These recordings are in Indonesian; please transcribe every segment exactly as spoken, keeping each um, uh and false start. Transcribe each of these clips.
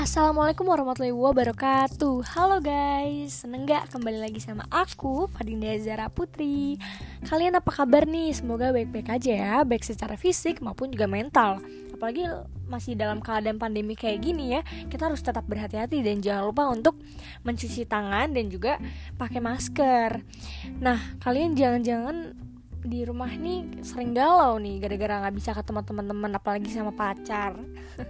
Assalamualaikum warahmatullahi wabarakatuh. Halo guys, seneng gak kembali lagi sama aku, Fadinda Zara Putri. Kalian apa kabar nih? Semoga baik-baik aja ya, baik secara fisik maupun juga mental. Apalagi masih dalam keadaan pandemi kayak gini ya, kita harus tetap berhati-hati dan jangan lupa untuk mencuci tangan dan juga pakai masker. Nah, kalian jangan-jangan di rumah nih sering galau nih gara-gara gak bisa ketemu teman-teman, apalagi sama pacar.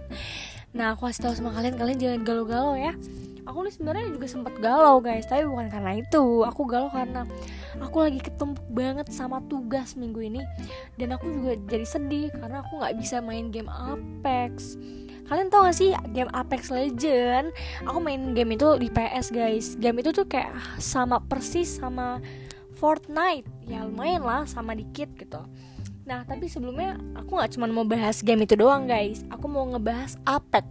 Nah, aku kasih tahu sama kalian, kalian jangan galau-galau ya. Aku nih sebenarnya juga sempat galau guys, tapi bukan karena itu. Aku galau karena aku lagi ketumpuk banget sama tugas minggu ini. Dan aku juga jadi sedih karena aku gak bisa main game Apex. Kalian tau gak sih game Apex Legend? Aku main game itu di P S guys. Game itu tuh kayak sama persis sama Fortnite. Ya lumayan lah, sama dikit gitu. Nah, tapi sebelumnya aku gak cuma mau bahas game itu doang guys. Aku mau ngebahas Apex.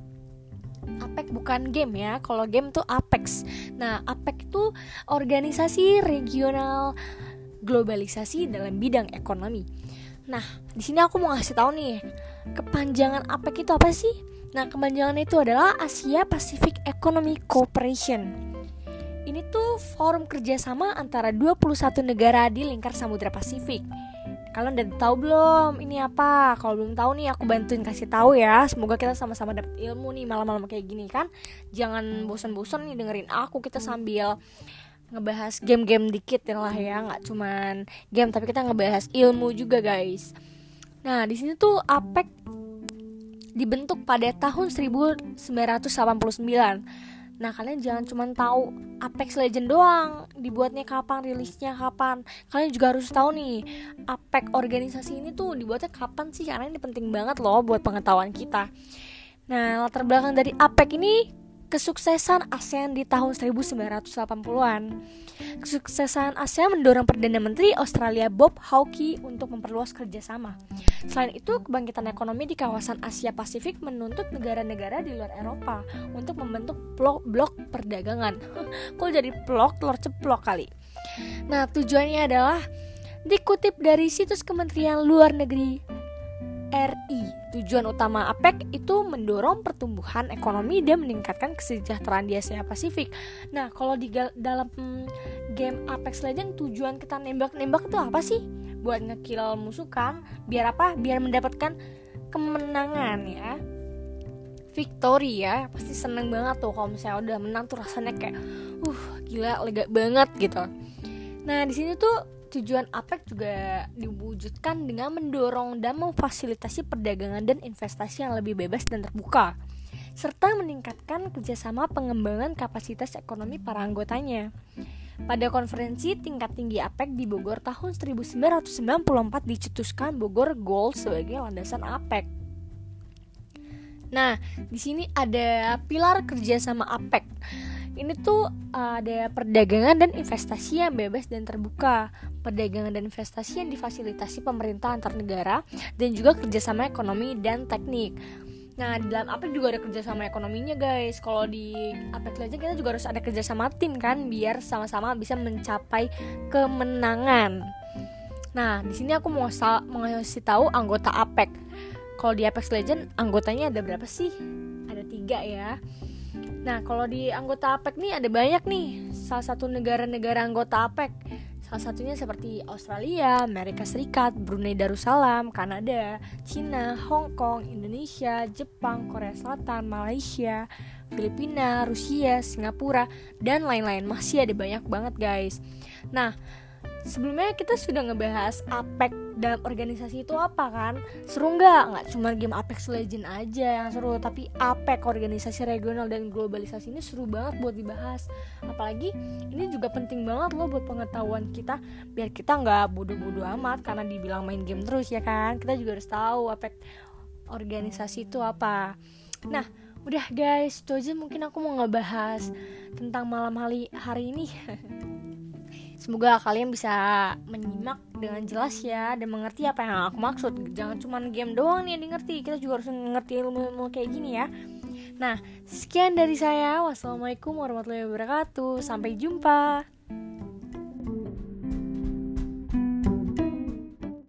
Apex bukan game ya. Kalau game tuh Apex. Nah, Apex itu organisasi regional globalisasi dalam bidang ekonomi. Nah, di sini aku mau ngasih tahu nih, kepanjangan Apex itu apa sih? Nah, kepanjangan itu adalah Asia Pacific Economic Cooperation. Ini tuh forum kerjasama antara dua puluh satu negara di lingkar Samudra Pasifik. Kalian udah tahu belum ini apa? Kalau belum tahu nih aku bantuin kasih tahu ya. Semoga kita sama-sama dapat ilmu nih malam-malam kayak gini kan. Jangan bosan-bosan nih dengerin aku, kita sambil ngebahas game-game dikit ya lah ya, nggak cuman game tapi kita ngebahas ilmu juga guys. Nah, di sini tuh Apex dibentuk pada tahun seribu sembilan ratus delapan puluh sembilan. Nah, kalian jangan cuma tahu Apex Legend doang, dibuatnya kapan, rilisnya kapan. Kalian juga harus tahu nih, Apex organisasi ini tuh dibuatnya kapan sih, karena ini penting banget loh buat pengetahuan kita. Nah, latar belakang dari Apex ini kesuksesan ASEAN di tahun seribu sembilan ratus delapan puluhan. Kesuksesan ASEAN mendorong Perdana Menteri Australia Bob Hawke untuk memperluas kerjasama. Selain itu, kebangkitan ekonomi di kawasan Asia Pasifik menuntut negara-negara di luar Eropa untuk membentuk blok, blok perdagangan. Kok jadi blok telur ceplok kali? Nah, tujuannya adalah dikutip dari situs Kementerian Luar Negeri R I. Tujuan utama Apex itu mendorong pertumbuhan ekonomi dan meningkatkan kesejahteraan di Asia Pasifik. Nah, kalau di gal- dalam hmm, game Apex Legends tujuan kita nembak-nembak itu apa sih? Buat ngekill musuh kan? Biar apa? Biar mendapatkan kemenangan ya. Victory ya. Pasti seneng banget tuh kalau misalnya udah menang tuh rasanya kayak uh gila, lega banget gitu. Nah, di sini tuh tujuan Apex juga diwujudkan dengan mendorong dan memfasilitasi perdagangan dan investasi yang lebih bebas dan terbuka, serta meningkatkan kerjasama pengembangan kapasitas ekonomi para anggotanya. Pada konferensi tingkat tinggi Apex di Bogor tahun seribu sembilan ratus sembilan puluh empat dicetuskan Bogor Goals sebagai landasan Apex. Nah, di sini ada pilar kerjasama Apex. Ini tuh ada perdagangan dan investasi yang bebas dan terbuka, perdagangan dan investasi yang difasilitasi pemerintah antar negara, dan juga kerjasama ekonomi dan teknik. Nah, di dalam Apex juga ada kerjasama ekonominya guys. Kalau di Apex Legends kita juga harus ada kerjasama tim kan, biar sama-sama bisa mencapai kemenangan. Nah, di sini aku mau ngasih tahu anggota Apex. Kalau di Apex Legends anggotanya ada berapa sih? Ada tiga ya. Nah, kalau di anggota Apex nih ada banyak nih. Salah satu negara-negara anggota Apex, salah satunya seperti Australia, Amerika Serikat, Brunei Darussalam, Kanada, Cina, Hong Kong, Indonesia, Jepang, Korea Selatan, Malaysia, Filipina, Rusia, Singapura, dan lain-lain. Masih ada banyak banget guys. Nah, sebelumnya kita sudah ngebahas Apex dalam organisasi itu apa kan? Seru nggak? Nggak cuma game Apex Legends aja yang seru, tapi Apex organisasi regional dan globalisasi ini seru banget buat dibahas. Apalagi ini juga penting banget loh buat pengetahuan kita, biar kita nggak bodoh-bodoh amat karena dibilang main game terus ya kan. Kita juga harus tahu Apex organisasi itu apa. Nah, udah guys, itu aja mungkin aku mau ngebahas tentang malam hari hari ini. Semoga kalian bisa menyimak dengan jelas ya, dan mengerti apa yang aku maksud. Jangan cuma game doang nih yang dimengerti, kita juga harus mengerti ilmu-ilmu kayak gini ya. Nah, sekian dari saya. Wassalamualaikum warahmatullahi wabarakatuh. Sampai jumpa.